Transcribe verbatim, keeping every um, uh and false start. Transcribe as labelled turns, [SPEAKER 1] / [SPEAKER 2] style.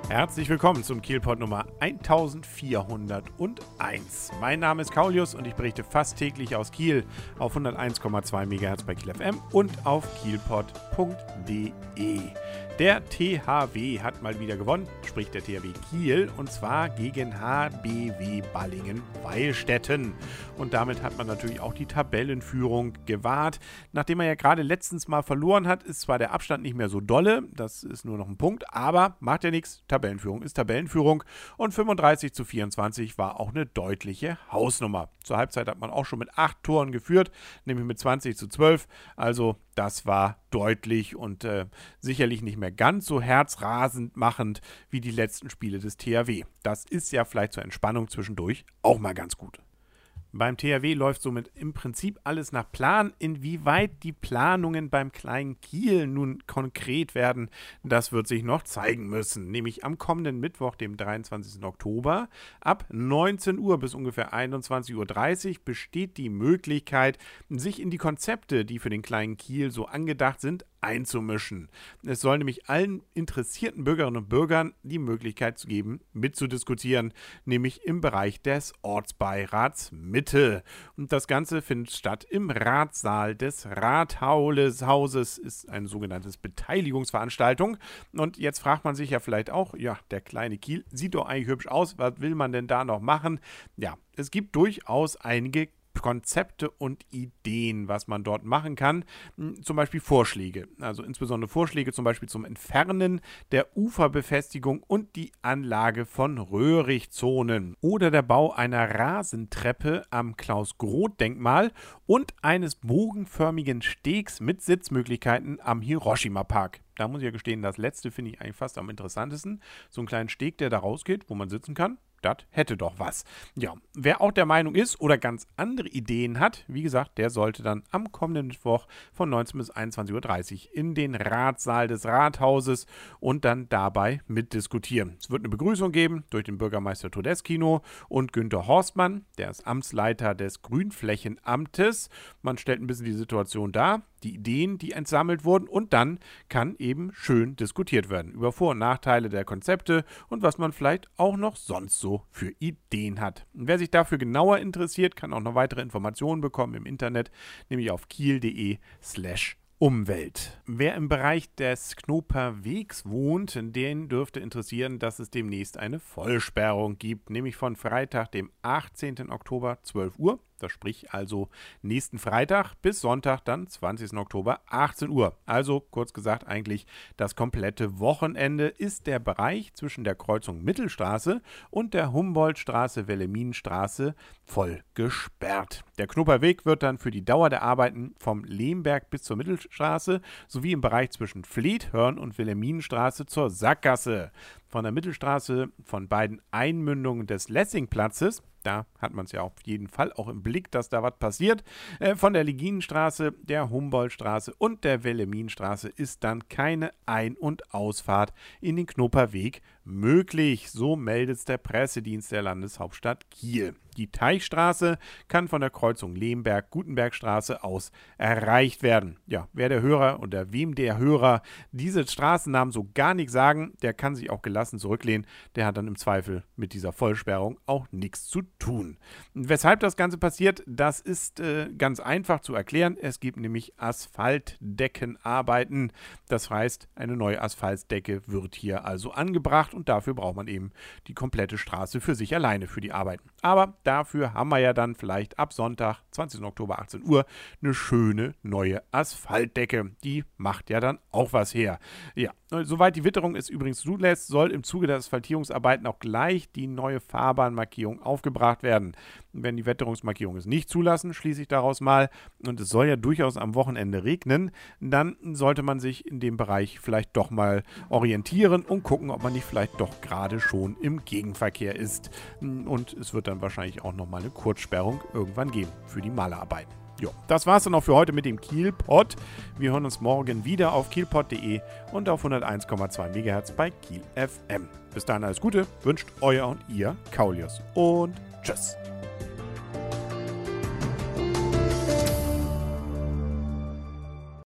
[SPEAKER 1] Herzlich willkommen zum Kielpot Nummer eintausendvierhunderteins. Mein Name ist Kaulius und ich berichte fast täglich aus Kiel auf hunderteins Komma zwei Megahertz bei Kiel F M und auf kielpot punkt de. Der T H W hat mal wieder gewonnen, sprich der T H W Kiel, und zwar gegen H B W Balingen-Weilstätten. Und damit hat man natürlich auch die Tabellenführung gewahrt. Nachdem er ja gerade letztens mal verloren hat, ist zwar der Abstand nicht mehr so dolle, das ist nur noch ein Punkt, aber macht ja nichts, Tabellenführung ist Tabellenführung, und fünfunddreißig zu vierundzwanzig war auch eine deutliche Hausnummer. Zur Halbzeit hat man auch schon mit acht Toren geführt, nämlich mit zwanzig zu zwölf, also das war deutlich und äh, sicherlich nicht mehr ganz so herzrasend machend wie die letzten Spiele des T H W. Das ist ja vielleicht zur Entspannung zwischendurch auch mal ganz gut. Beim T H W läuft somit im Prinzip alles nach Plan. Inwieweit die Planungen beim kleinen Kiel nun konkret werden, das wird sich noch zeigen müssen. Nämlich am kommenden Mittwoch, dem dreiundzwanzigsten Oktober, ab neunzehn Uhr bis ungefähr einundzwanzig Uhr dreißig besteht die Möglichkeit, sich in die Konzepte, die für den kleinen Kiel so angedacht sind, einzumischen. Es soll nämlich allen interessierten Bürgerinnen und Bürgern die Möglichkeit zu geben, mitzudiskutieren, nämlich im Bereich des Ortsbeirats Mitte. Und das Ganze findet statt im Ratssaal des Rathauses, ist eine sogenannte Beteiligungsveranstaltung. Und jetzt fragt man sich ja vielleicht auch, ja, der kleine Kiel sieht doch eigentlich hübsch aus, was will man denn da noch machen? Ja, es gibt durchaus einige Konzepte und Ideen, was man dort machen kann. Zum Beispiel Vorschläge, also insbesondere Vorschläge zum Beispiel zum Entfernen der Uferbefestigung und die Anlage von Röhrichtzonen oder der Bau einer Rasentreppe am Klaus-Groth-Denkmal und eines bogenförmigen Stegs mit Sitzmöglichkeiten am Hiroshima-Park. Da muss ich ja gestehen, das letzte finde ich eigentlich fast am interessantesten. So einen kleinen Steg, der da rausgeht, wo man sitzen kann. Das hätte doch was. Ja, wer auch der Meinung ist oder ganz andere Ideen hat, wie gesagt, der sollte dann am kommenden Mittwoch von neunzehn bis einundzwanzig Uhr dreißig in den Ratssaal des Rathauses und dann dabei mitdiskutieren. Es wird eine Begrüßung geben durch den Bürgermeister Todeskino und Günter Horstmann, der ist Amtsleiter des Grünflächenamtes. Man stellt ein bisschen die Situation dar, die Ideen, die entsammelt wurden, und dann kann eben schön diskutiert werden über Vor- und Nachteile der Konzepte und was man vielleicht auch noch sonst so für Ideen hat. Und wer sich dafür genauer interessiert, kann auch noch weitere Informationen bekommen im Internet, nämlich auf kiel.de slash Umwelt. Wer im Bereich des Knoperwegs wohnt, den dürfte interessieren, dass es demnächst eine Vollsperrung gibt, nämlich von Freitag, dem achtzehnten Oktober, zwölf Uhr. Das sprich also nächsten Freitag bis Sonntag, dann zwanzigsten Oktober, achtzehn Uhr. Also kurz gesagt eigentlich das komplette Wochenende ist der Bereich zwischen der Kreuzung Mittelstraße und der Humboldtstraße-Welleminstraße voll gesperrt. Der Knoperweg wird dann für die Dauer der Arbeiten vom Lehmberg bis zur Mittelstraße sowie im Bereich zwischen Fleethörn und Welleminstraße zur Sackgasse. Von der Mittelstraße, von beiden Einmündungen des Lessingplatzes, da hat man es ja auf jeden Fall auch im Blick, dass da was passiert. Äh, von der Leginenstraße, der Humboldtstraße und der Welleminstraße ist dann keine Ein- und Ausfahrt in den Knoperweg möglich. So meldet es der Pressedienst der Landeshauptstadt Kiel. Die Teichstraße kann von der Kreuzung Lehmberg-Gutenbergstraße aus erreicht werden. Ja, wer der Hörer oder wem der Hörer diese Straßennamen so gar nicht sagen, der kann sich auch gelassen zurücklehnen. Der hat dann im Zweifel mit dieser Vollsperrung auch nichts zu tun. Weshalb das Ganze passiert, das ist äh, ganz einfach zu erklären. Es gibt nämlich Asphaltdeckenarbeiten. Das heißt, eine neue Asphaltdecke wird hier also angebracht und dafür braucht man eben die komplette Straße für sich alleine für die Arbeiten. Aber dafür haben wir ja dann vielleicht ab Sonntag, zwanzigsten Oktober, achtzehn Uhr, eine schöne neue Asphaltdecke. Die macht ja dann auch was her. Ja, soweit die Witterung es übrigens zulässt, soll im Zuge der Asphaltierungsarbeiten auch gleich die neue Fahrbahnmarkierung aufgebracht werden. Wenn die Wetterungsmarkierung es nicht zulassen, schließe ich daraus mal, und es soll ja durchaus am Wochenende regnen, dann sollte man sich in dem Bereich vielleicht doch mal orientieren und gucken, ob man nicht vielleicht doch gerade schon im Gegenverkehr ist. Und es wird dann wahrscheinlich auch nochmal eine Kurzsperrung irgendwann geben für die Malerarbeiten. Jo, das war's dann auch für heute mit dem Kielpot. Wir hören uns morgen wieder auf kielpot punkt de und auf hunderteins Komma zwei Megahertz bei Kiel F M. Bis dahin alles Gute, wünscht euer und ihr Kaulius und tschüss.